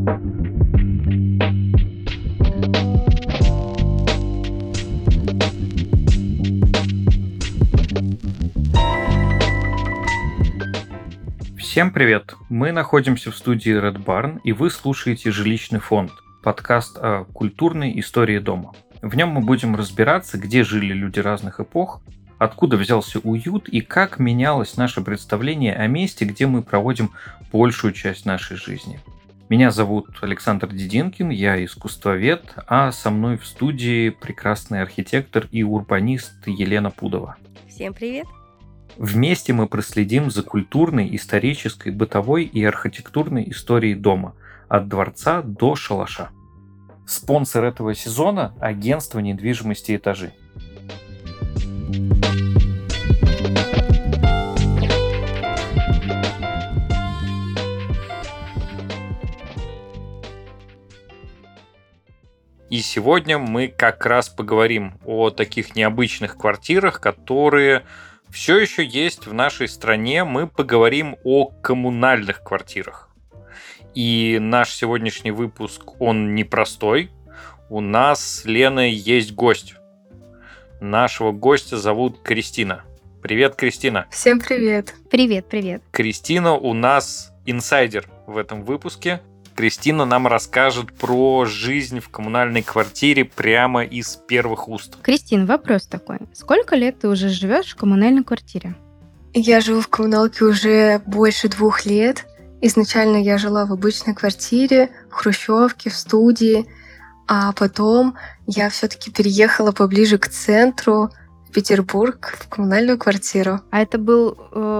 Всем привет! Мы находимся в студии Red Barn, и вы слушаете «Жилищный фонд» – подкаст о культурной истории дома. В нем мы будем разбираться, где жили люди разных эпох, откуда взялся уют и как менялось наше представление о месте, где мы проводим большую часть нашей жизни. Меня зовут Александр Дединкин, я искусствовед, а со мной в студии прекрасный архитектор и урбанист Елена Пудова. Всем привет! Вместе мы проследим за культурной, исторической, бытовой и архитектурной историей дома, от дворца до шалаша. Спонсор этого сезона – агентство недвижимости «Этажи». И сегодня мы как раз поговорим о таких необычных квартирах, которые все еще есть в нашей стране. Мы поговорим о коммунальных квартирах. И наш сегодняшний выпуск, он непростой. У нас с Леной есть гость. Нашего гостя зовут Кристина. Привет, Кристина. Всем привет. Привет. Кристина у нас инсайдер в этом выпуске. Кристина нам расскажет про жизнь в коммунальной квартире прямо из первых уст. Кристин, вопрос такой. Сколько лет ты уже живешь в коммунальной квартире? Я живу в коммуналке уже больше 2 лет. Изначально я жила в обычной квартире, в хрущевке, в студии. А потом я все-таки переехала поближе к центру, в Петербург, в коммунальную квартиру. А это был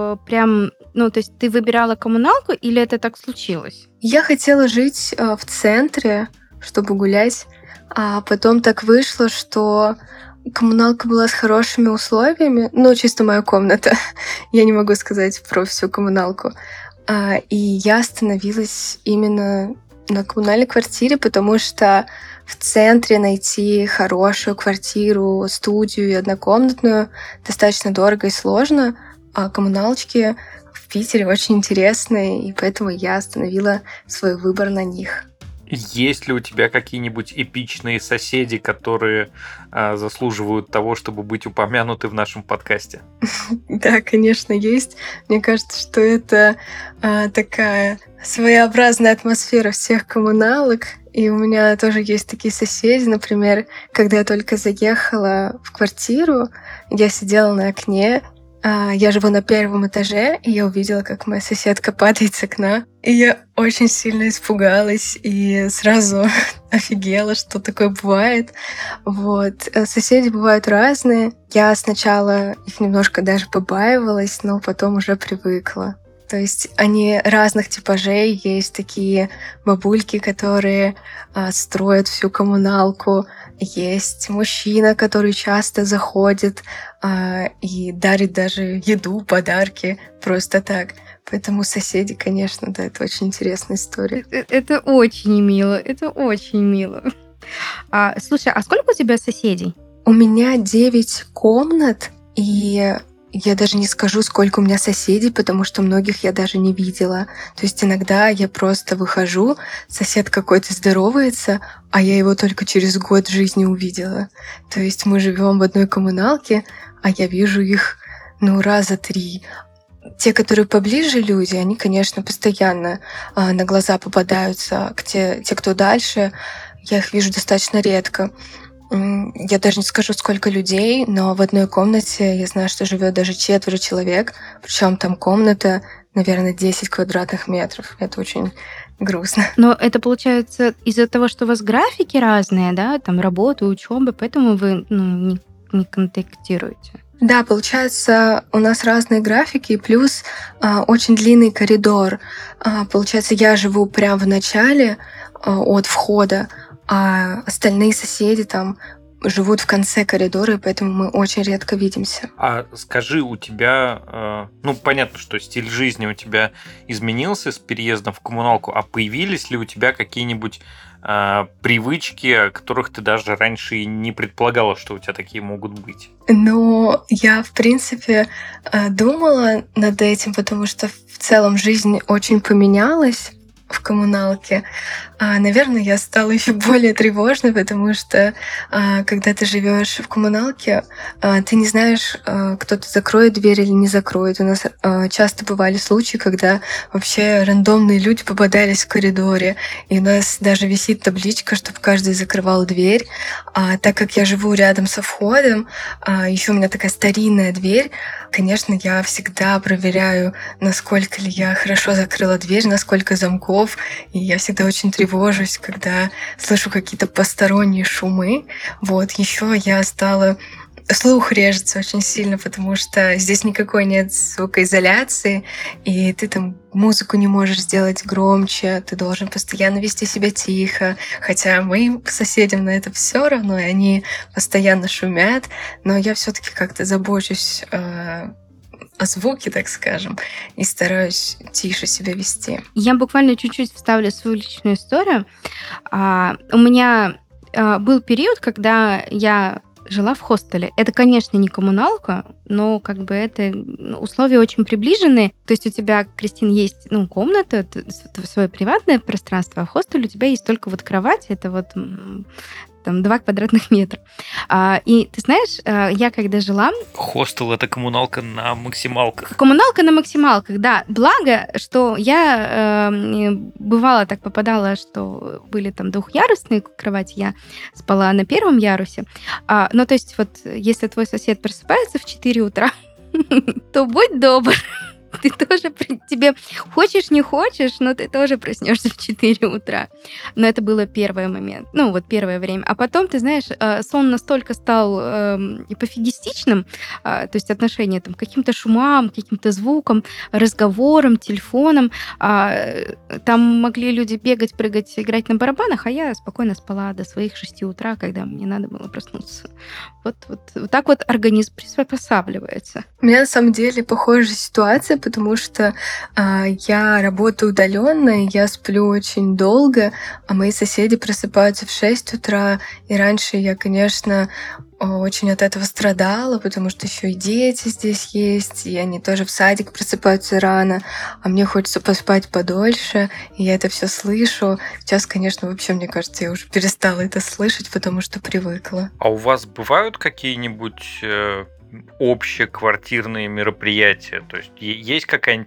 то есть ты выбирала коммуналку или это так случилось? Я хотела жить в центре, чтобы гулять, а потом так вышло, что коммуналка была с хорошими условиями, чисто моя комната. Я не могу сказать про всю коммуналку. И я остановилась именно на коммунальной квартире, потому что в центре найти хорошую квартиру, студию и однокомнатную достаточно дорого и сложно, а коммуналочки в Питере очень интересные, и поэтому я остановила свой выбор на них. Есть ли у тебя какие-нибудь эпичные соседи, которые заслуживают того, чтобы быть упомянуты в нашем подкасте? Да, конечно, есть. Мне кажется, что это такая своеобразная атмосфера всех коммуналок. И у меня тоже есть такие соседи. Например, когда я только заехала в квартиру, я сидела на окне. Я живу на 1 этаже, и я увидела, как моя соседка падает с окна. И я очень сильно испугалась и сразу офигела, что такое бывает. Соседи бывают разные. Я сначала их немножко даже побаивалась, но потом уже привыкла. То есть они разных типажей. Есть такие бабульки, которые строят всю коммуналку. Есть мужчина, который часто заходит и дарит даже еду, подарки просто так. Поэтому соседи, конечно, да, это очень интересная история. Это очень мило, Слушай, а сколько у тебя соседей? У меня 9 комнат, и я даже не скажу, сколько у меня соседей, потому что многих я даже не видела. То есть иногда я просто выхожу, сосед какой-то здоровается, а я его только через год жизни увидела. То есть мы живем в одной коммуналке, а я вижу их, 3 раза. Те, которые поближе люди, они, конечно, постоянно на глаза попадаются. Те, кто дальше, я их вижу достаточно редко. Я даже не скажу, сколько людей, но в одной комнате я знаю, что живет даже 4 человек, причем там комната, наверное, 10 квадратных метров. Это очень грустно. Но это получается из-за того, что у вас графики разные, да, там работа, учеба, поэтому вы не контактируете. Да, получается, у нас разные графики, плюс очень длинный коридор. Получается, я живу прямо в начале от входа, а остальные соседи там живут в конце коридора, и поэтому мы очень редко видимся. А скажи, у тебя, понятно, что стиль жизни у тебя изменился с переездом в коммуналку, а появились ли у тебя какие-нибудь привычки, о которых ты даже раньше и не предполагала, что у тебя такие могут быть? Ну, я, в принципе, думала над этим, потому что в целом жизнь очень поменялась. в коммуналке. Наверное, я стала еще более тревожной, потому что когда ты живешь в коммуналке, ты не знаешь, кто-то закроет дверь или не закроет. У нас часто бывали случаи, когда вообще рандомные люди попадались в коридоре, и у нас даже висит табличка, чтобы каждый закрывал дверь. Так как я живу рядом со входом, еще у меня такая старинная дверь, конечно, я всегда проверяю, насколько ли я хорошо закрыла дверь, насколько замков, и я всегда очень тревожусь, когда слышу какие-то посторонние шумы. Вот, еще я стала... Слух режется очень сильно, потому что здесь никакой нет звукоизоляции, и ты там музыку не можешь сделать громче, ты должен постоянно вести себя тихо, хотя моим соседям на это все равно, и они постоянно шумят, но я все-таки как-то забочусь о звуке, так скажем, и стараюсь тише себя вести. Я буквально чуть-чуть вставлю свою личную историю. У меня был период, когда я жила в хостеле. Это, конечно, не коммуналка, но как бы это условия очень приближенные. То есть у тебя, Кристин, есть комната, свое приватное пространство, а в хостеле у тебя есть только вот кровать, это вот там 2 квадратных метра. И ты знаешь, я когда жила... Хостел — это коммуналка на максималках. Коммуналка на максималках, да. Благо, что я бывало так попадала, что были там двухъярусные кровати, я спала на 1 ярусе. Ну, то есть вот если твой сосед просыпается в 4 утра, то будь добр. Ты тоже, тебе хочешь, не хочешь, но ты тоже проснешься в 4 утра. Но это было первый момент, первое время. А потом, ты знаешь, сон настолько стал пофигистичным, то есть отношение там, к каким-то шумам, к каким-то звукам, разговорам, телефонам. Там могли люди бегать, прыгать, играть на барабанах, а я спокойно спала до своих 6 утра, когда мне надо было проснуться. Вот так вот организм приспосабливается. У меня на самом деле похожая ситуация, потому что я работаю удаленно, я сплю очень долго, а мои соседи просыпаются в 6 утра. И раньше я, конечно, очень от этого страдала, потому что еще и дети здесь есть, и они тоже в садик просыпаются рано, а мне хочется поспать подольше, и я это все слышу. Сейчас, конечно, вообще, мне кажется, я уже перестала это слышать, потому что привыкла. А у вас бывают какие-нибудь общеквартирные мероприятия? То есть есть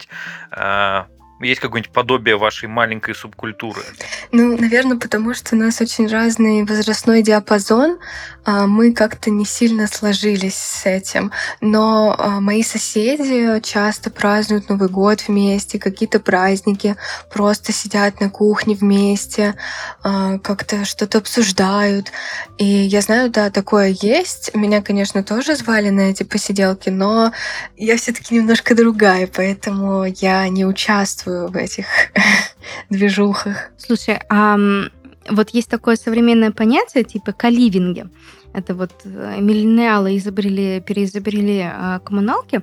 какое-нибудь подобие вашей маленькой субкультуры? Наверное, потому что у нас очень разный возрастной диапазон. Мы как-то не сильно сложились с этим. Но мои соседи часто празднуют Новый год вместе, какие-то праздники, просто сидят на кухне вместе, как-то что-то обсуждают. И я знаю, да, такое есть. Меня, конечно, тоже звали на эти посиделки, но я все-таки немножко другая, поэтому я не участвую в этих движухах. Слушай, вот есть такое современное понятие типа коливинги. Это вот миллениалы переизобрели коммуналки,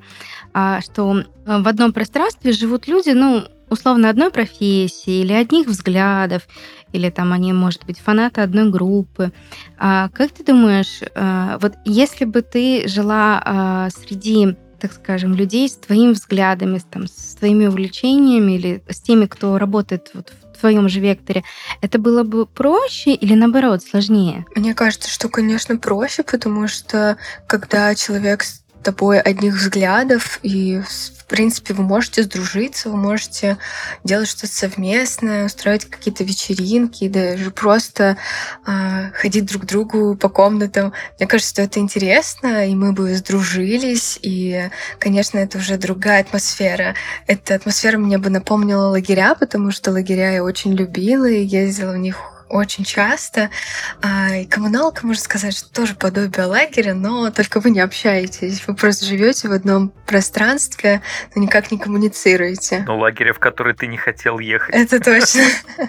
что в одном пространстве живут люди, условно, одной профессии или одних взглядов, или там они, может быть, фанаты одной группы. Как ты думаешь, вот если бы ты жила среди, так скажем, людей с твоими взглядами, с твоими увлечениями или с теми, кто работает вот в твоем же векторе, это было бы проще или, наоборот, сложнее? Мне кажется, что, конечно, проще, потому что когда человек с тобой одних взглядов, и, в принципе, вы можете сдружиться, вы можете делать что-то совместное, устраивать какие-то вечеринки, даже просто ходить друг к другу по комнатам. Мне кажется, что это интересно, и мы бы сдружились, и, конечно, это уже другая атмосфера. Эта атмосфера мне бы напомнила лагеря, потому что лагеря я очень любила и ездила в них очень часто. И коммуналка, можно сказать, что тоже подобие лагеря, но только вы не общаетесь. Вы просто живете в одном пространстве, но никак не коммуницируете. Но лагеря, в который ты не хотел ехать. Это точно.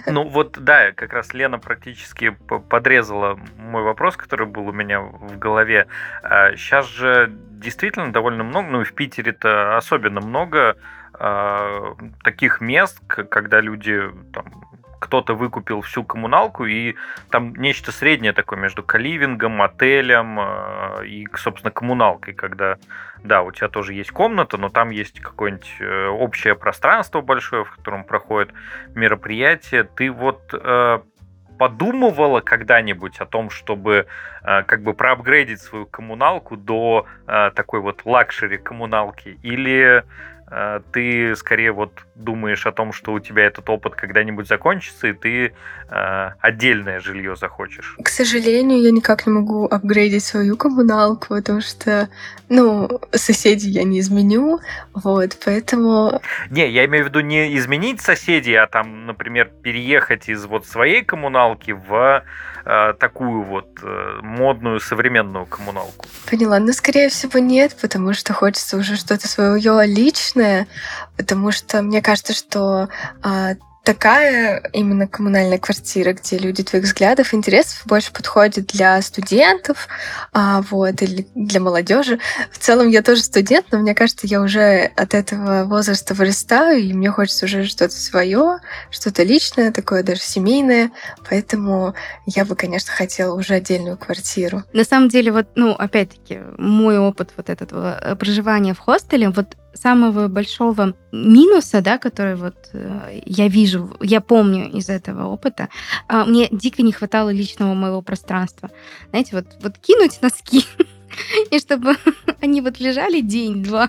Да, как раз Лена практически подрезала мой вопрос, который был у меня в голове. Сейчас же действительно довольно много, и в Питере-то особенно много таких мест, когда люди там кто-то выкупил всю коммуналку, и там нечто среднее такое между коливингом, отелем и, собственно, коммуналкой, когда, да, у тебя тоже есть комната, но там есть какое-нибудь общее пространство большое, в котором проходит мероприятие. Ты вот подумывала когда-нибудь о том, чтобы как бы проапгрейдить свою коммуналку до такой вот лакшери коммуналки? Или ты скорее вот думаешь о том, что у тебя этот опыт когда-нибудь закончится, и ты отдельное жилье захочешь? К сожалению, я никак не могу апгрейдить свою коммуналку, потому что, соседей я не изменю, вот, поэтому... Не, я имею в виду не изменить соседей, а там, например, переехать из вот своей коммуналки в такую вот модную современную коммуналку. Поняла. Но, скорее всего, нет, потому что хочется уже что-то свое личное, потому что мне кажется, что такая именно коммунальная квартира, где люди твоих взглядов, интересов больше подходит для студентов, или для молодежи. В целом я тоже студент, но мне кажется, я уже от этого возраста вырастаю, и мне хочется уже что-то свое, что-то личное, такое даже семейное. Поэтому я бы, конечно, хотела уже отдельную квартиру. На самом деле, вот, опять-таки, мой опыт вот этого проживания в хостеле, вот самого большого минуса, да, который вот я вижу, я помню из этого опыта, мне дико не хватало личного моего пространства. Знаете, вот кинуть носки, и чтобы они вот лежали день-два,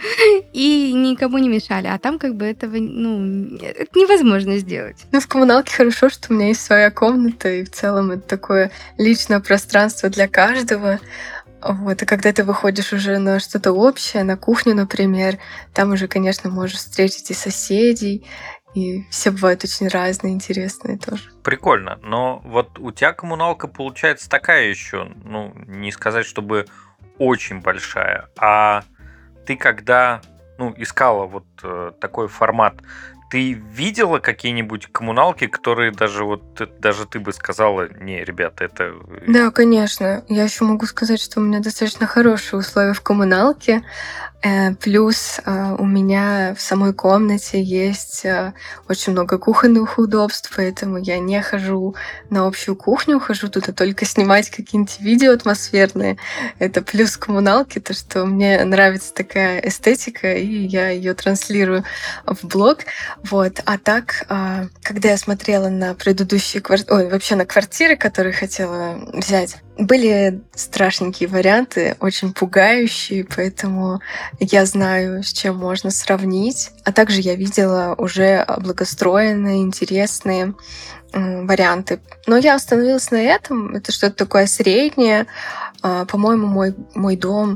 и никому не мешали. А там как бы этого, это невозможно сделать. В коммуналке хорошо, что у меня есть своя комната, и в целом это такое личное пространство для каждого. Вот, и когда ты выходишь уже на что-то общее, на кухню, например, там уже, конечно, можешь встретить и соседей, и все бывают очень разные, интересные тоже. Прикольно, но вот у тебя коммуналка получается такая еще, не сказать, чтобы очень большая, а ты когда, искала вот такой формат, ты видела какие-нибудь коммуналки, которые даже ты бы сказала, не, ребята, это... Да, конечно. Я еще могу сказать, что у меня достаточно хорошие условия в коммуналке. Плюс у меня в самой комнате есть очень много кухонных удобств, поэтому я не хожу на общую кухню, хожу туда только снимать какие-нибудь видео атмосферные. Это плюс коммуналки, то, что мне нравится такая эстетика, и я ее транслирую в блог. Вот. А так, когда я смотрела на предыдущие вообще на квартиры, которые хотела взять, были страшненькие варианты, очень пугающие, поэтому я знаю, с чем можно сравнить. А также я видела уже благоустроенные, интересные варианты. Но я остановилась на этом. Это что-то такое среднее. По-моему, мой дом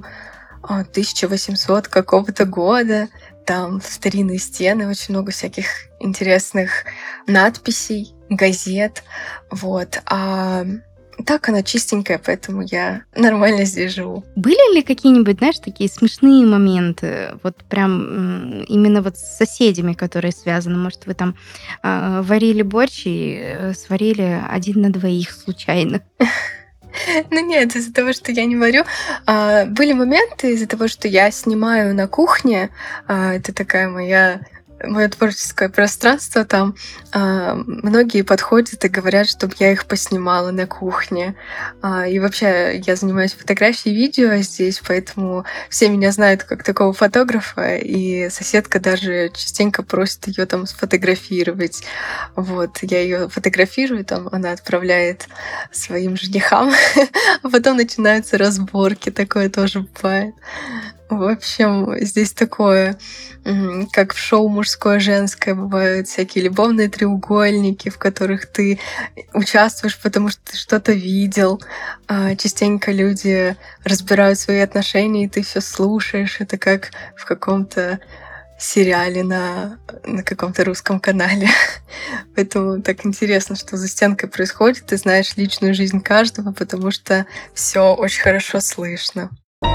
1800 какого-то года. Там старинные стены, очень много всяких интересных надписей, газет. Вот. Так она чистенькая, поэтому я нормально здесь живу. Были ли какие-нибудь, знаешь, такие смешные моменты, вот прям именно вот с соседями, которые связаны? Может, вы там варили борщ и сварили 1 на 2 случайно? Нет, из-за того, что я не варю. Были моменты из-за того, что я снимаю на кухне. Это такая мое творческое пространство там. Многие подходят и говорят, чтобы я их поснимала на кухне. И вообще я занимаюсь фотографией и видео здесь, поэтому все меня знают как такого фотографа, и соседка даже частенько просит ее там сфотографировать. Вот, я ее фотографирую, там она отправляет своим женихам, а потом начинаются разборки, такое тоже бывает. В общем, здесь такое, как в шоу «Мужское-женское», бывают всякие любовные треугольники, в которых ты участвуешь, потому что ты что-то видел. Частенько люди разбирают свои отношения, и ты все слушаешь. Это как в каком-то сериале на каком-то русском канале. Поэтому так интересно, что за стенкой происходит. Ты знаешь личную жизнь каждого, потому что все очень хорошо слышно.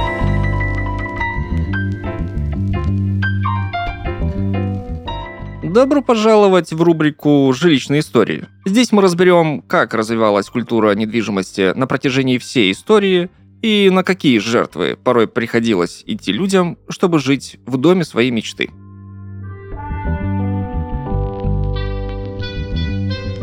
Добро пожаловать в рубрику «Жилищные истории». Здесь мы разберем, как развивалась культура недвижимости на протяжении всей истории и на какие жертвы порой приходилось идти людям, чтобы жить в доме своей мечты.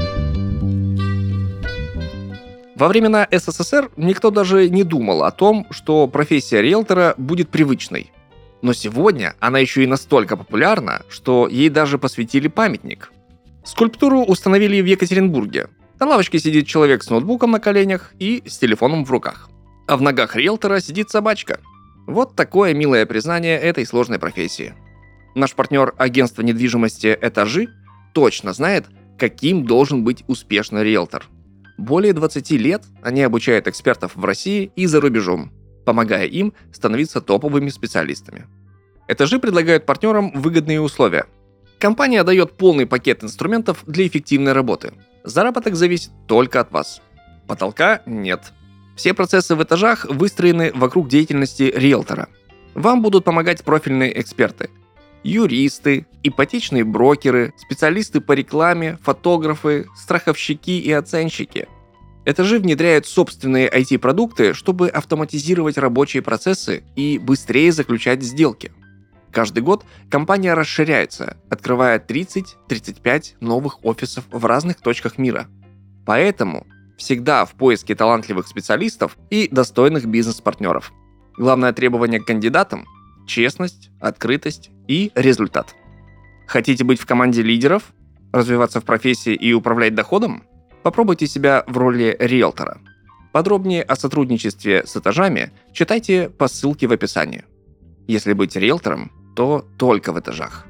Во времена СССР никто даже не думал о том, что профессия риэлтора будет привычной. Но сегодня она еще и настолько популярна, что ей даже посвятили памятник. Скульптуру установили в Екатеринбурге. На лавочке сидит человек с ноутбуком на коленях и с телефоном в руках. А в ногах риэлтора сидит собачка. Вот такое милое признание этой сложной профессии. Наш партнер агентства недвижимости «Этажи» точно знает, каким должен быть успешный риэлтор. Более 20 лет они обучают экспертов в России и за рубежом, помогая им становиться топовыми специалистами. «Этажи» предлагают партнерам выгодные условия. Компания дает полный пакет инструментов для эффективной работы. Заработок зависит только от вас. Потолка нет. Все процессы в «Этажах» выстроены вокруг деятельности риэлтора. Вам будут помогать профильные эксперты. Юристы, ипотечные брокеры, специалисты по рекламе, фотографы, страховщики и оценщики. «Этажи» внедряют собственные IT-продукты, чтобы автоматизировать рабочие процессы и быстрее заключать сделки. Каждый год компания расширяется, открывая 30-35 новых офисов в разных точках мира. Поэтому всегда в поиске талантливых специалистов и достойных бизнес-партнеров. Главное требование к кандидатам – честность, открытость и результат. Хотите быть в команде лидеров, развиваться в профессии и управлять доходом? Попробуйте себя в роли риэлтора. Подробнее о сотрудничестве с «Этажами» читайте по ссылке в описании. Если быть риэлтором, то только в «Этажах».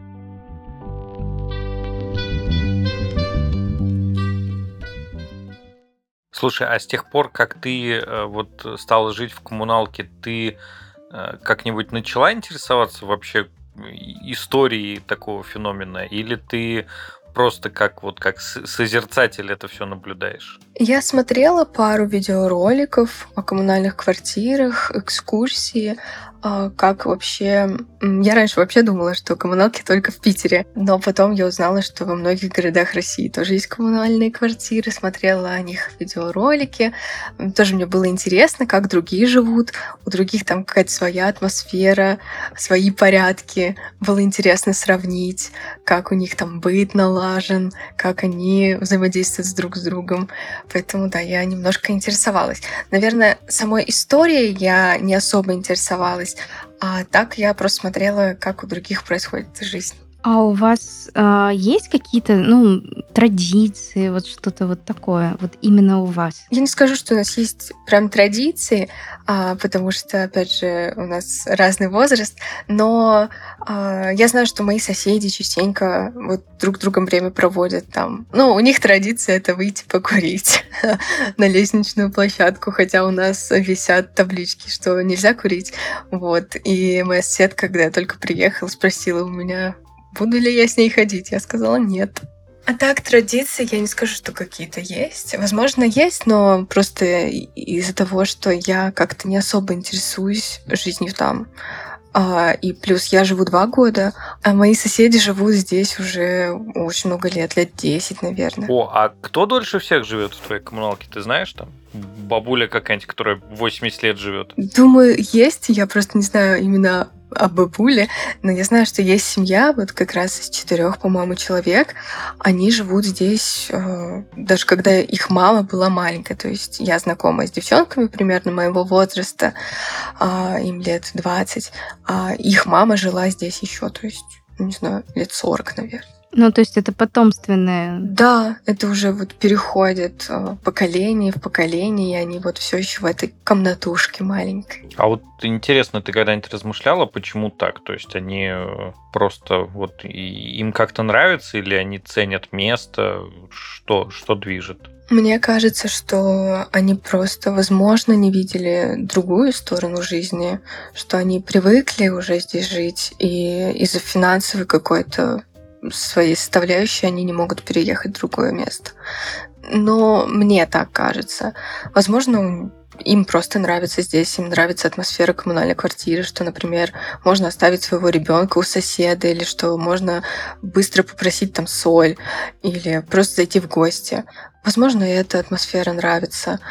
Слушай, а с тех пор, как ты вот стала жить в коммуналке, ты как-нибудь начала интересоваться вообще историей такого феномена? Или ты просто как созерцатель это все наблюдаешь? Я смотрела пару видеороликов о коммунальных квартирах, экскурсии, как вообще... Я раньше вообще думала, что коммуналки только в Питере, но потом я узнала, что во многих городах России тоже есть коммунальные квартиры, смотрела о них видеоролики. Тоже мне было интересно, как другие живут, у других там какая-то своя атмосфера, свои порядки. Было интересно сравнить, как у них там быт налажен, как они взаимодействуют друг с другом. Поэтому, да, я немножко интересовалась. Наверное, самой историей я не особо интересовалась, а так я просто смотрела, как у других происходит жизнь. А у вас есть какие-то, традиции, вот что-то вот такое, вот именно у вас? Я не скажу, что у нас есть прям традиции, потому что, опять же, у нас разный возраст, но я знаю, что мои соседи частенько вот друг с другом время проводят там. У них традиция — это выйти покурить на лестничную площадку, хотя у нас висят таблички, что нельзя курить. Вот. И моя соседка, когда я только приехала, спросила у меня, буду ли я с ней ходить. Я сказала нет. А так, традиции, я не скажу, что какие-то есть. Возможно, есть, но просто из-за того, что я как-то не особо интересуюсь жизнью там. И плюс я живу 2 года, а мои соседи живут здесь уже очень много лет 10, наверное. О, а кто дольше всех живет в твоей коммуналке, ты знаешь там? Бабуля какая-нибудь, которая 80 лет живет? Думаю, есть. Я просто не знаю именно о бабуле, но я знаю, что есть семья, вот как раз из 4, по-моему, человек. Они живут здесь, даже когда их мама была маленькая. То есть я знакома с девчонками примерно моего возраста, им лет 20, а их мама жила здесь еще, то есть, не знаю, лет 40, наверное. То есть это потомственное. Да, это уже вот переходит поколение в поколение, и они вот все еще в этой комнатушке маленькой. А вот интересно, ты когда-нибудь размышляла, почему так? То есть они просто вот им как-то нравится, или они ценят место? Что движет? Мне кажется, что они просто, возможно, не видели другую сторону жизни, что они привыкли уже здесь жить, и из-за финансовой какой-то своей составляющей они не могут переехать в другое место. Но мне так кажется. Возможно, им просто нравится здесь, им нравится атмосфера коммунальной квартиры, что, например, можно оставить своего ребенка у соседа, или что можно быстро попросить там соль, или просто зайти в гости. Возможно, эта атмосфера нравится.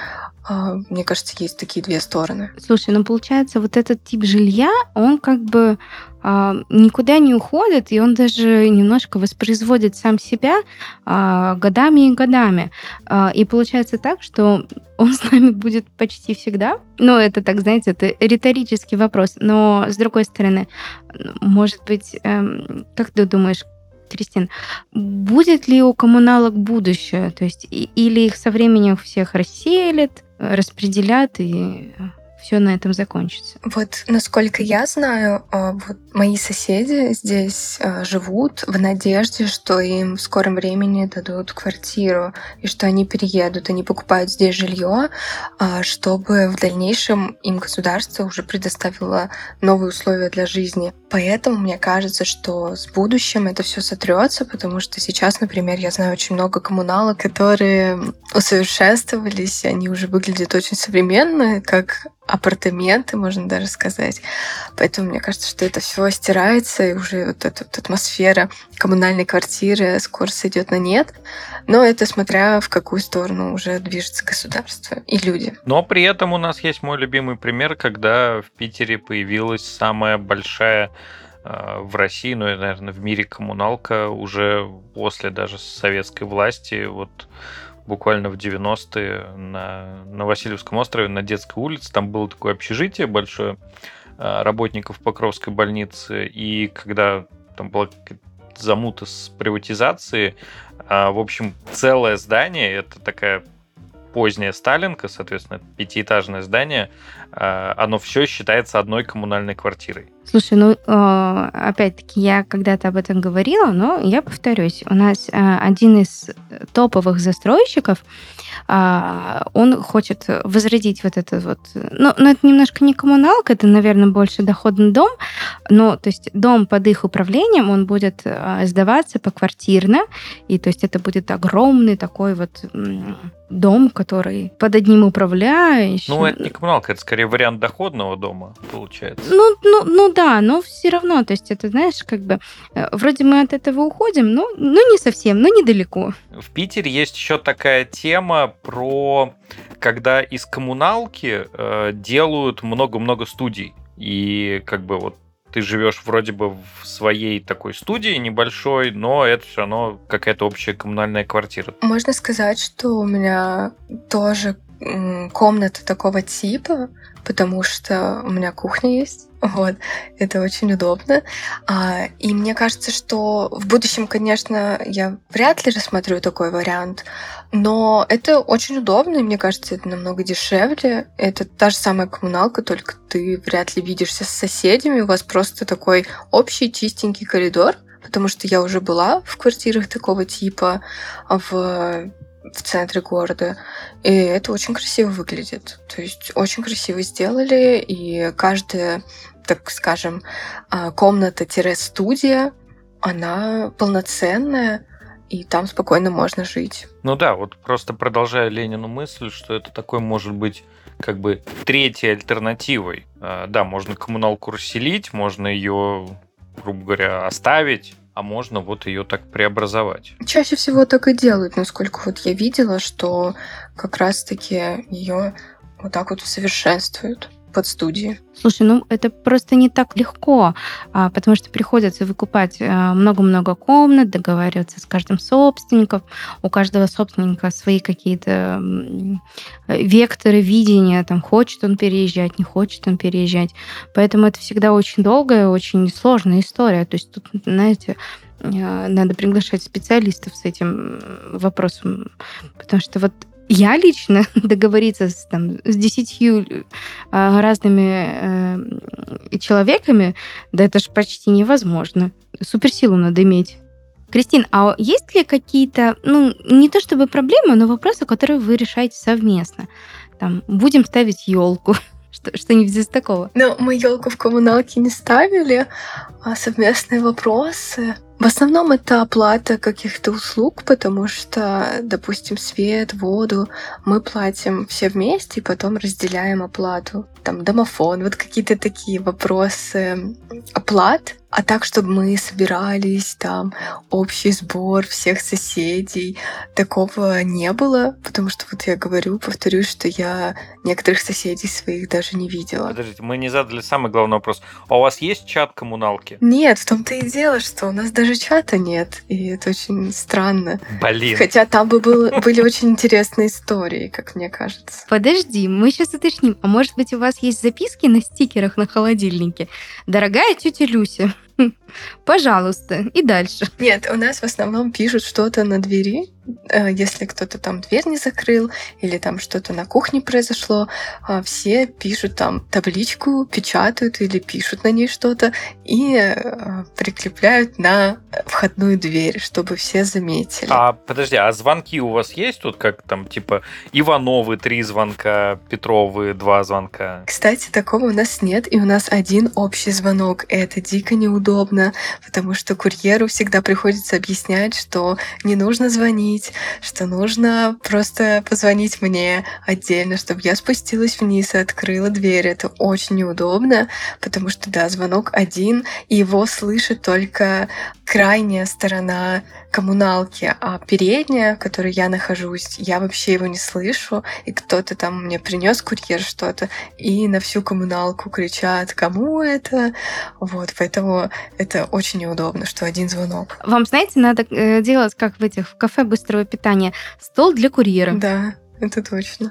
Мне кажется, есть такие две стороны. Слушай, ну получается, вот этот тип жилья, он как бы никуда не уходит, и он даже немножко воспроизводит сам себя годами и годами. И получается так, что он с нами будет почти всегда. Ну, это так, знаете, это риторический вопрос. Но, с другой стороны, может быть, как ты думаешь, Кристин, будет ли у коммуналок будущее? То есть или их со временем всех расселят, распределят, и все на этом закончится? Вот, насколько я знаю, вот мои соседи здесь живут в надежде, что им в скором времени дадут квартиру, и что они переедут. Они покупают здесь жилье, чтобы в дальнейшем им государство уже предоставило новые условия для жизни. Поэтому мне кажется, что с будущим это все сотрется, потому что сейчас, например, я знаю очень много коммуналок, которые усовершенствовались, они уже выглядят очень современно, как апартаменты, можно даже сказать. Поэтому мне кажется, что это все стирается, и уже вот эта вот атмосфера коммунальной квартиры скоро сойдет на нет. Но это смотря в какую сторону уже движется государство и люди. Но при этом у нас есть мой любимый пример, когда в Питере появилась самая большая в России, ну и, наверное, в мире коммуналка уже после даже советской власти. Вот буквально в 90-е на Васильевском острове, на Детской улице, там было такое общежитие большое работников Покровской больницы, и когда там была замута с приватизацией, в общем, целое здание, это такая поздняя Сталинка, соответственно, пятиэтажное здание, оно все считается одной коммунальной квартирой. Слушай, ну, опять-таки, я когда-то об этом говорила, но я повторюсь. У нас один из топовых застройщиков, он хочет возродить вот это вот... Ну, это немножко не коммуналка, это, наверное, больше доходный дом, но, то есть, дом под их управлением, он будет сдаваться поквартирно, и, то есть, это будет огромный такой вот дом, который под одним управляющим. Ну, это не коммуналка, это скорее вариант доходного дома, получается. Ну да, но все равно, то есть это, знаешь, как бы вроде мы от этого уходим, но не совсем, но недалеко. В Питере есть еще такая тема про когда из коммуналки делают много-много студий. И как бы вот ты живешь вроде бы в своей такой студии небольшой, но это все равно какая-то общая коммунальная квартира. Можно сказать, что у меня тоже комната такого типа, потому что у меня кухня есть. Вот, это очень удобно. И мне кажется, что в будущем, конечно, я вряд ли рассмотрю такой вариант, но это очень удобно, и мне кажется, это намного дешевле. Это та же самая коммуналка, только ты вряд ли видишься с соседями, у вас просто такой общий чистенький коридор, потому что я уже была в квартирах такого типа в центре города, и это очень красиво выглядит. То есть очень красиво сделали, и каждая, так скажем, комната-студия, она полноценная, и там спокойно можно жить. Ну да, вот просто продолжая Ленину мысль, что это такой может быть как бы третьей альтернативой. Да, можно коммуналку расселить, можно ее, грубо говоря, оставить, а можно вот ее так преобразовать. Чаще всего так и делают, насколько вот я видела, что как раз-таки ее вот так вот усовершенствуют под студии. Слушай, ну это просто не так легко, потому что приходится выкупать много-много комнат, договариваться с каждым собственником. У каждого собственника свои какие-то векторы видения, там, хочет он переезжать, не хочет он переезжать. Поэтому это всегда очень долгая, очень сложная история. То есть тут, знаете, надо приглашать специалистов с этим вопросом, потому что вот я лично договориться с 10 разными человеками, да это ж почти невозможно. Суперсилу надо иметь. Кристин, а есть ли какие-то, не то чтобы проблемы, но вопросы, которые вы решаете совместно? Там, будем ставить елку. Что-нибудь из такого? Но мы елку в коммуналке не ставили, а совместные вопросы. В основном это оплата каких-то услуг, потому что, допустим, свет, воду мы платим все вместе и потом разделяем оплату. Там домофон, вот какие-то такие вопросы оплат. А так, чтобы мы собирались, там, общий сбор всех соседей, такого не было, потому что вот я говорю, повторюсь, что я некоторых соседей своих даже не видела. Подождите, мы не задали самый главный вопрос. А у вас есть чат коммуналки? Нет, в том-то и дело, что у нас даже чата нет, и это очень странно. Блин. Хотя там были очень интересные истории, как мне кажется. Подожди, мы сейчас уточним. А может быть, у вас есть записки на стикерах на холодильнике? Дорогая тетя Люся, пожалуйста, и дальше. Нет, у нас в основном пишут что-то на двери, если кто-то там дверь не закрыл или там что-то на кухне произошло, все пишут там табличку, печатают или пишут на ней что-то и прикрепляют на входную дверь, чтобы все заметили. А подожди, а звонки у вас есть тут, как там, типа, Ивановы 3 звонка, Петровы 2 звонка? Кстати, такого у нас нет, и у нас один общий звонок. И это дико неудобно, потому что курьеру всегда приходится объяснять, что не нужно звонить, что нужно просто позвонить мне отдельно, чтобы я спустилась вниз и открыла дверь. Это очень неудобно, потому что, да, звонок один, и его слышит только крайняя сторона коммуналки, а передняя, в которой я нахожусь, я вообще его не слышу, и кто-то там мне принес курьер что-то, и на всю коммуналку кричат, кому это? Вот, поэтому это очень неудобно, что один звонок. Вам, знаете, надо делать, как в этих в кафе быстрого питания, стол для курьера. Да, это точно.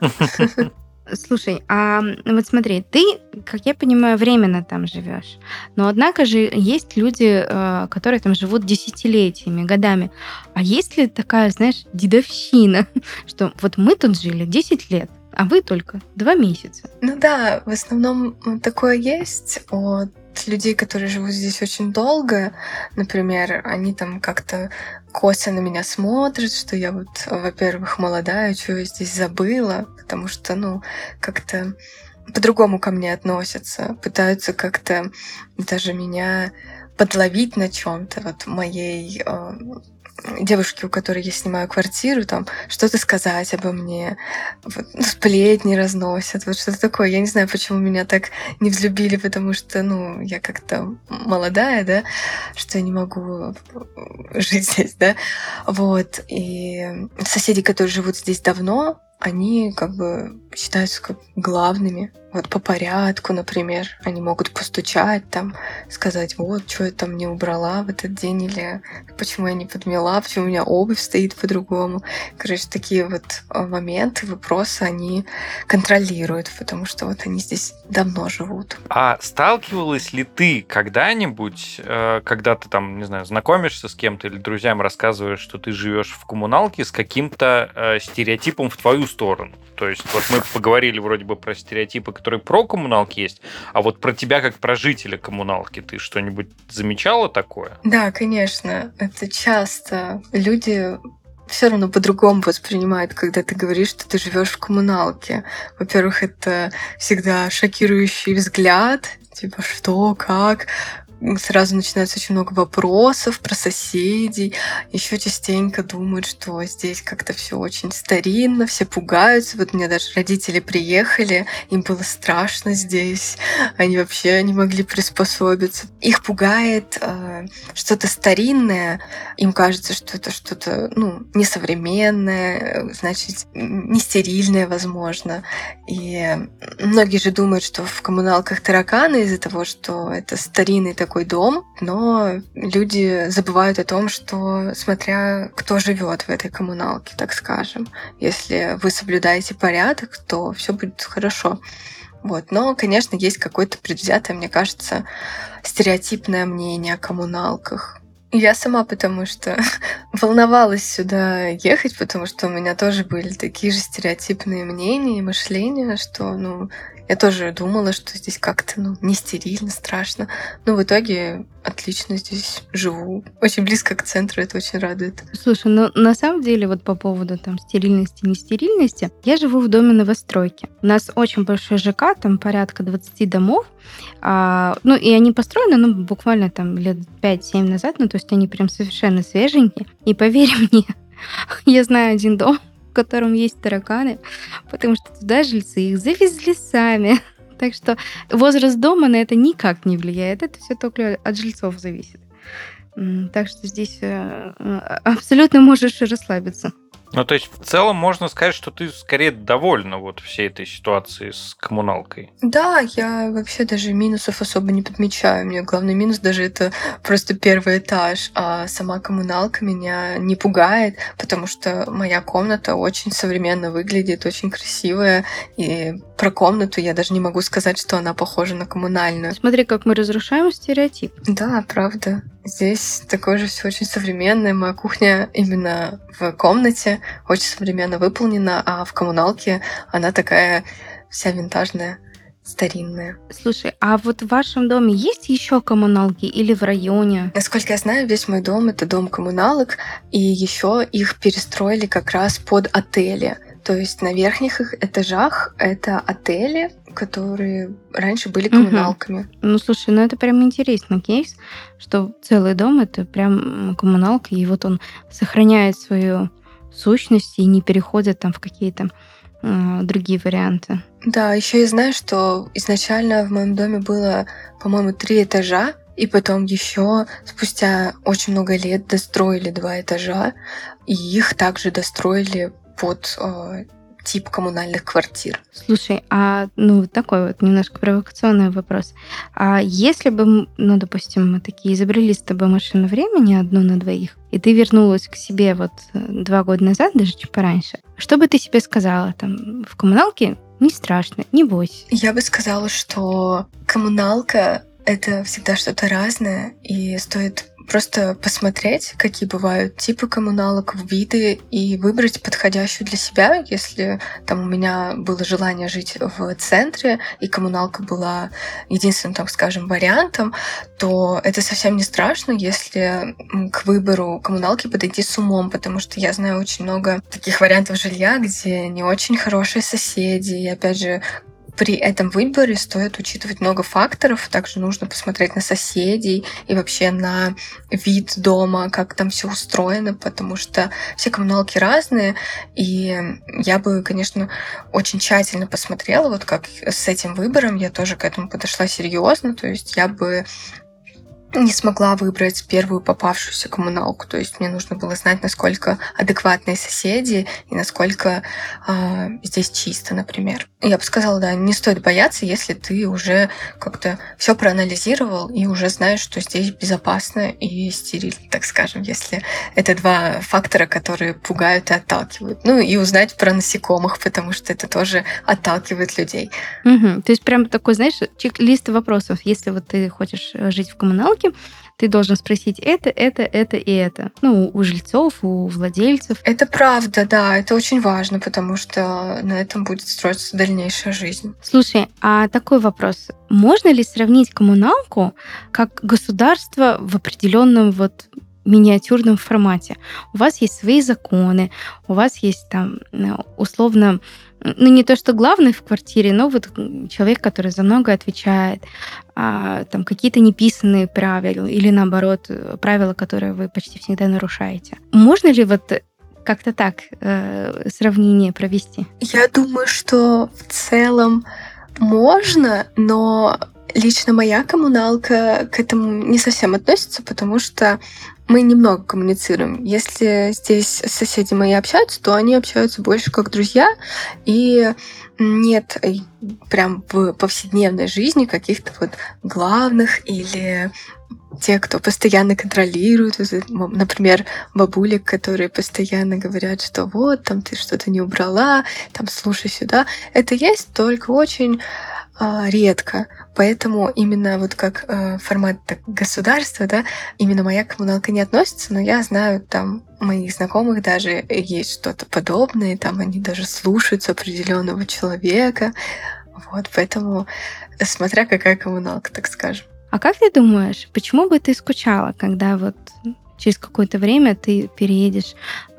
Слушай, а вот смотри, ты, как я понимаю, временно там живешь, но однако же есть люди, которые там живут десятилетиями, годами. А есть ли такая, знаешь, дедовщина, что вот мы тут жили 10 лет, а вы только 2 месяца? Ну да, в основном такое есть от людей, которые живут здесь очень долго. Например, они там как-то косо на меня смотрят, что я вот, во-первых, молодая, что я здесь забыла, потому что, как-то по-другому ко мне относятся, пытаются как-то даже меня подловить на чем-то. Вот моей девушке, у которой я снимаю квартиру, там что-то сказать обо мне, вот, сплетни разносят, вот что-то такое. Я не знаю, почему меня так не взлюбили, потому что, я как-то молодая, да, что я не могу жить здесь, да, вот. И соседи, которые живут здесь давно, они как бы считаются как главными. Вот по порядку, например, они могут постучать, там, сказать, вот, что я там не убрала в этот день, или почему я не подмела, почему у меня обувь стоит по-другому. Короче, такие вот моменты, вопросы они контролируют, потому что вот они здесь давно живут. А сталкивалась ли ты когда-нибудь, когда ты там, не знаю, знакомишься с кем-то или друзьям рассказываешь, что ты живешь в коммуналке, с каким-то стереотипом в твою сторону? То есть вот мы поговорили вроде бы про стереотипы, которые про коммуналки есть, а вот про тебя как про жителя коммуналки ты что-нибудь замечала такое? Да, конечно. Это часто люди все равно по-другому воспринимают, когда ты говоришь, что ты живешь в коммуналке. Во-первых, это всегда шокирующий взгляд, типа что, как. Сразу начинается очень много вопросов про соседей. Еще частенько думают, что здесь как-то все очень старинно, все пугаются. Вот у меня даже родители приехали, им было страшно здесь. Они вообще не могли приспособиться. Их пугает что-то старинное. Им кажется, что это что-то, несовременное, значит, не стерильное, возможно. И многие же думают, что в коммуналках тараканы из-за того, что это старинный такой дом, но люди забывают о том, что смотря кто живет в этой коммуналке, так скажем, если вы соблюдаете порядок, то все будет хорошо. Вот. Но, конечно, есть какое-то предвзятое, мне кажется, стереотипное мнение о коммуналках. Я сама потому что волновалась сюда ехать, потому что у меня тоже были такие же стереотипные мнения и мышления, что, Я тоже думала, что здесь как-то не стерильно, страшно. Но в итоге отлично здесь живу. Очень близко к центру, это очень радует. Слушай, ну на самом деле вот по поводу там стерильности, нестерильности, я живу в доме новостройки. У нас очень большой ЖК, там порядка 20 домов. И они построены, буквально там лет 5-7 назад, то есть они прям совершенно свеженькие. И поверь мне, я знаю один дом, в котором есть тараканы, потому что туда жильцы их завезли сами. Так что возраст дома на это никак не влияет. Это все только от жильцов зависит. Так что здесь абсолютно можешь расслабиться. Ну, то есть, в целом можно сказать, что ты скорее довольна вот всей этой ситуацией с коммуналкой. Да, я вообще даже минусов особо не подмечаю. Мне главный минус даже это просто первый этаж, а сама коммуналка меня не пугает, потому что моя комната очень современно выглядит, очень красивая, и про комнату я даже не могу сказать, что она похожа на коммунальную. Смотри, как мы разрушаем стереотип. Да, правда. Здесь такое же все очень современное. Моя кухня именно в комнате очень современно выполнена, а в коммуналке она такая вся винтажная, старинная. Слушай, а вот в вашем доме есть еще коммуналки или в районе? Насколько я знаю, весь мой дом — это дом коммуналок, и еще их перестроили как раз под отели. То есть на верхних их этажах это отели, которые раньше были коммуналками. Ну, слушай, это прям интересный кейс, что целый дом — это прям коммуналка, и вот он сохраняет свою сущность и не переходит там в какие-то другие варианты. Да, еще я знаю, что изначально в моем доме было, по-моему, 3 этажа, и потом еще спустя очень много лет достроили 2 этажа, и их также достроили под тип коммунальных квартир. Слушай, такой вот немножко провокационный вопрос. А если бы, допустим, мы такие изобрели с тобой машину времени одну на двоих, и ты вернулась к себе вот 2 года назад, даже чуть пораньше, что бы ты себе сказала там в коммуналке? Не страшно, не бойся. Я бы сказала, что коммуналка — это всегда что-то разное, и стоит просто посмотреть, какие бывают типы коммуналок, виды, и выбрать подходящую для себя. Если там у меня было желание жить в центре, и коммуналка была единственным, там, скажем, вариантом, то это совсем не страшно, если к выбору коммуналки подойти с умом, потому что я знаю очень много таких вариантов жилья, где не очень хорошие соседи, и опять же, при этом выборе стоит учитывать много факторов. Также нужно посмотреть на соседей и вообще на вид дома, как там все устроено, потому что все коммуналки разные. И я бы, конечно, очень тщательно посмотрела, вот как с этим выбором. Я тоже к этому подошла серьезно. То есть я бы не смогла выбрать первую попавшуюся коммуналку. То есть мне нужно было знать, насколько адекватные соседи и насколько здесь чисто, например. Я бы сказала, да, не стоит бояться, если ты уже как-то все проанализировал и уже знаешь, что здесь безопасно и стерильно, так скажем, если это 2 фактора, которые пугают и отталкивают. Ну и узнать про насекомых, потому что это тоже отталкивает людей. То есть прям такой, знаешь, чек-лист вопросов. Если вот ты хочешь жить в коммуналке, ты должен спросить это и это. У жильцов, у владельцев. Это правда, да, это очень важно, потому что на этом будет строиться дальнейшая жизнь. Слушай, а такой вопрос. Можно ли сравнить коммуналку как государство в определенном миниатюрном формате? У вас есть свои законы, у вас есть там условно, не то что главный в квартире, но вот человек, который за много отвечает, там какие-то неписанные правила или наоборот правила, которые вы почти всегда нарушаете. Можно ли как-то так сравнение провести? Я думаю, что в целом можно, но лично моя коммуналка к этому не совсем относится, потому что мы немного коммуницируем. Если здесь соседи мои общаются, то они общаются больше как друзья, и нет прям в повседневной жизни каких-то главных или те, кто постоянно контролирует, например, бабулек, которые постоянно говорят, что вот, там ты что-то не убрала, там слушай сюда. Это есть только очень редко. Поэтому именно как формат государства, да, именно моя коммуналка не относится, но я знаю, там моих знакомых даже есть что-то подобное, там они даже слушаются определенного человека. Вот, поэтому смотря какая коммуналка, так скажем. А как ты думаешь, почему бы ты скучала, когда вот через какое-то время ты переедешь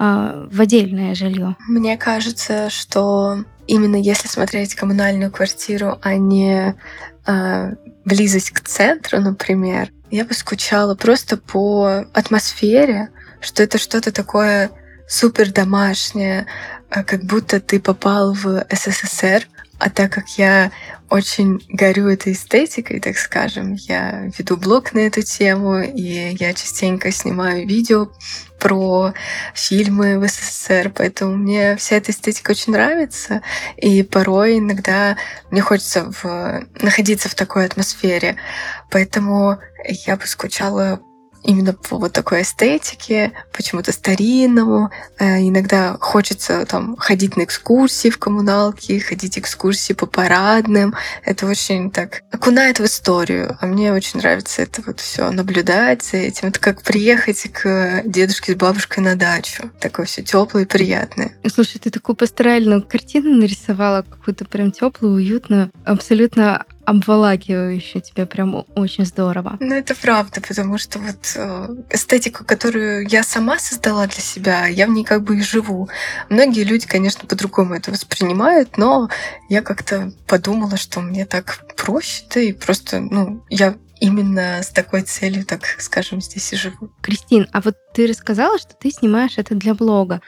в отдельное жилье? Мне кажется, что именно если смотреть коммунальную квартиру, а не близость к центру, например, я бы скучала просто по атмосфере, что это что-то такое супер домашнее, как будто ты попал в СССР. А так как я очень горю этой эстетикой, так скажем, я веду блог на эту тему, и я частенько снимаю видео про фильмы в СССР, поэтому мне вся эта эстетика очень нравится, и порой иногда мне хочется находиться в такой атмосфере. Поэтому я бы скучала именно по вот такой эстетике, почему-то старинному. Иногда хочется там ходить на экскурсии в коммуналке, ходить экскурсии по парадным. Это очень так окунает в историю. А мне очень нравится это вот все наблюдать за этим. Это как приехать к дедушке с бабушкой на дачу. Такое все теплое и приятное. Слушай, ты такую пасторальную картину нарисовала, какую-то прям теплую, уютную, абсолютно обволакивающую. Тебе прям очень здорово. Ну, это правда, потому что вот эстетику, которую я сама создала для себя, я в ней как бы и живу. Многие люди, конечно, по-другому это воспринимают, но я как-то подумала, что мне так проще, да и просто, я именно с такой целью, так скажем, здесь и живу. Кристин, а вот ты рассказала, что ты снимаешь это для блога.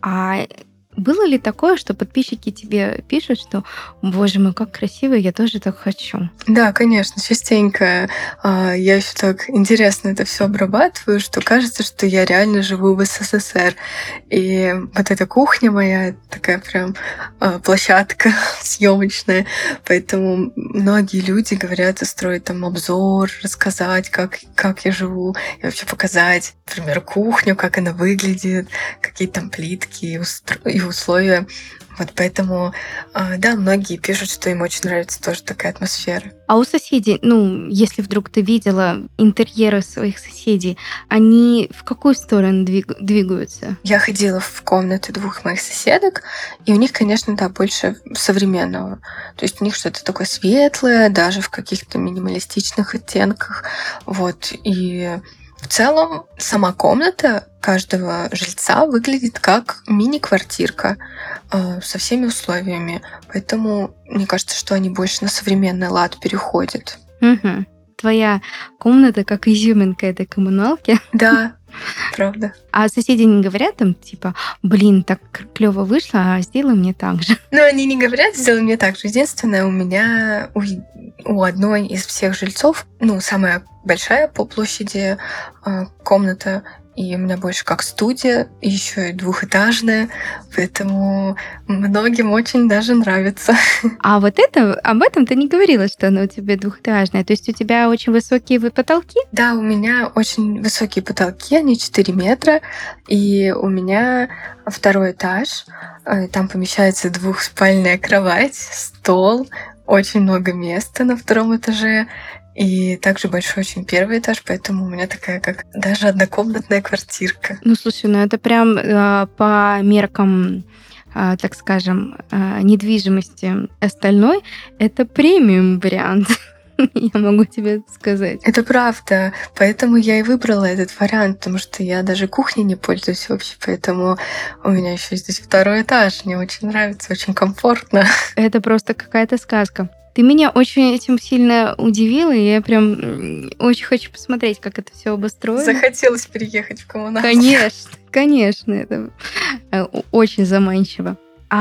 А было ли такое, что подписчики тебе пишут, что «Боже мой, как красиво, я тоже так хочу»? Да, конечно, частенько. Я еще так интересно это все обрабатываю, что кажется, что я реально живу в СССР. И вот эта кухня моя такая прям площадка съемочная. Поэтому многие люди говорят устроить там обзор, рассказать, как я живу, и вообще показать, например, кухню, как она выглядит, какие там плитки и условия. Вот поэтому, да, многие пишут, что им очень нравится тоже такая атмосфера. А у соседей, если вдруг ты видела интерьеры своих соседей, они в какую сторону двигаются? Я ходила в комнаты двух моих соседок, и у них, конечно, да, больше современного. То есть у них что-то такое светлое, даже в каких-то минималистичных оттенках. Вот. И в целом сама комната каждого жильца выглядит как мини-квартирка со всеми условиями. Поэтому мне кажется, что они больше на современный лад переходят. Угу. Твоя комната как изюминка этой коммуналки. Да, правда. А соседи не говорят там, типа, блин, так клево вышло, а сделай мне так же? Ну, они не говорят, сделай мне так же. Единственное, у меня у одной из всех жильцов, самая большая по площади комната, и у меня больше как студия, еще и двухэтажная, поэтому многим очень даже нравится. А вот об этом ты не говорила, что она у тебя двухэтажная. То есть у тебя очень высокие потолки? Да, у меня очень высокие потолки, они 4 метра, и у меня второй этаж. Там помещается двухспальная кровать, стол, очень много места на втором этаже. И также большой очень первый этаж, поэтому у меня такая как даже однокомнатная квартирка. Слушай, это прям по меркам, так скажем, недвижимости остальной, это премиум вариант. Я могу тебе сказать. Это правда. Поэтому я и выбрала этот вариант, потому что я даже кухней не пользуюсь вообще, поэтому у меня еще здесь второй этаж. Мне очень нравится, очень комфортно. Это просто какая-то сказка. Ты меня очень этим сильно удивила, и я прям очень хочу посмотреть, как это все обустроено. Захотелось переехать в коммуналку. Конечно, это очень заманчиво.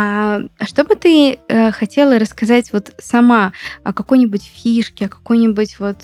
А что бы ты хотела рассказать вот сама о какой-нибудь фишке, о какой-нибудь вот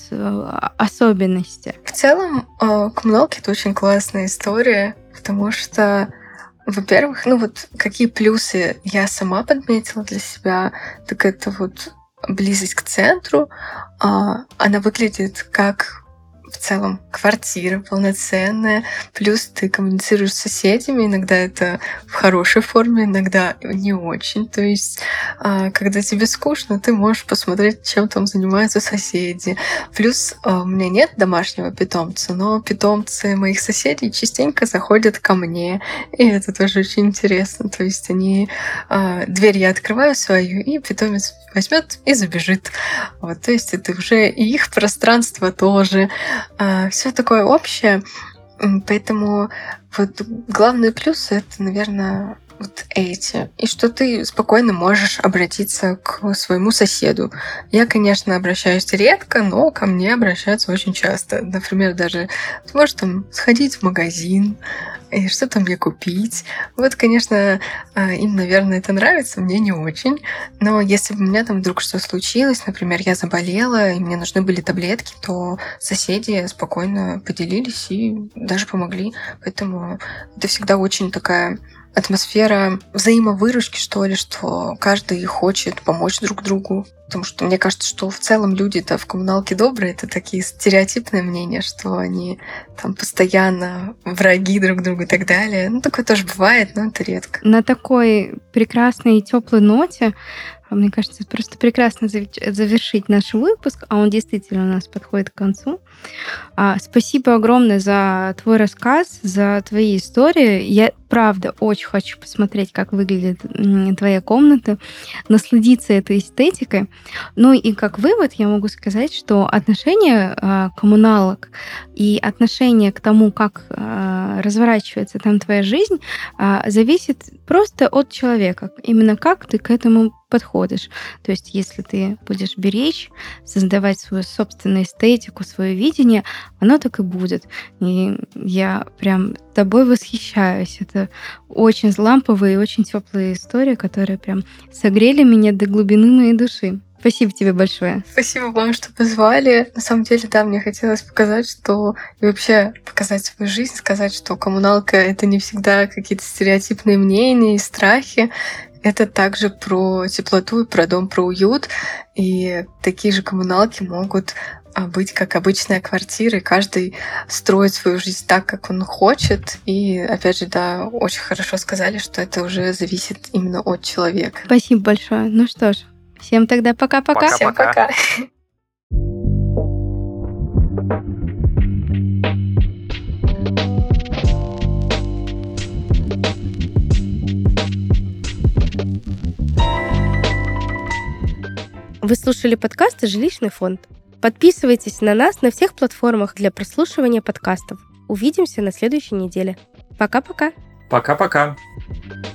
особенности? В целом, коммуналки — это очень классная история, потому что, во-первых, какие плюсы я сама подметила для себя, так это вот близость к центру. Она выглядит как в целом квартира полноценная, плюс ты коммуницируешь с соседями, иногда это в хорошей форме, иногда не очень. То есть, когда тебе скучно, ты можешь посмотреть, чем там занимаются соседи. Плюс у меня нет домашнего питомца, но питомцы моих соседей частенько заходят ко мне, и это тоже очень интересно. То есть дверь я открываю свою, и питомец возьмет и забежит. Вот, то есть это уже и их пространство тоже. Все такое общее. Поэтому вот главный плюс — это, наверное, вот эти. И что ты спокойно можешь обратиться к своему соседу. Я, конечно, обращаюсь редко, но ко мне обращаются очень часто. Например, даже ты можешь там сходить в магазин и что-то мне купить. Вот, конечно, им, наверное, это нравится, мне не очень. Но если бы у меня там вдруг что случилось, например, я заболела, и мне нужны были таблетки, то соседи спокойно поделились и даже помогли. Поэтому это всегда очень такая атмосфера взаимовыручки, что ли, что каждый хочет помочь друг другу. Потому что мне кажется, что в целом люди-то в коммуналке добрые. Это такие стереотипные мнения, что они там постоянно враги друг другу и так далее. Ну, такое тоже бывает, но это редко. На такой прекрасной и теплой ноте, мне кажется, это просто прекрасно завершить наш выпуск, а он действительно у нас подходит к концу. Спасибо огромное за твой рассказ, за твои истории. Я, правда, очень хочу посмотреть, как выглядит твоя комната, насладиться этой эстетикой. Ну и как вывод я могу сказать, что отношение коммуналок и отношение к тому, как разворачивается там твоя жизнь, зависит просто от человека. Именно как ты к этому подходишь. То есть если ты будешь беречь, создавать свою собственную эстетику, свое видение, оно так и будет. И я прям тобой восхищаюсь. Это очень ламповые и очень теплые истории, которые прям согрели меня до глубины моей души. Спасибо тебе большое. Спасибо вам, что позвали. На самом деле, да, мне хотелось показать, что и вообще показать свою жизнь, сказать, что коммуналка — это не всегда какие-то стереотипные мнения и страхи. Это также про теплоту и про дом, про уют. И такие же коммуналки могут быть как обычная квартира, и каждый строит свою жизнь так, как он хочет. И, опять же, да, очень хорошо сказали, что это уже зависит именно от человека. Спасибо большое. Ну что ж, всем тогда пока-пока. Всем пока. Вы слушали подкасты «Жилищный фонд». Подписывайтесь на нас на всех платформах для прослушивания подкастов. Увидимся на следующей неделе. Пока-пока. Пока-пока.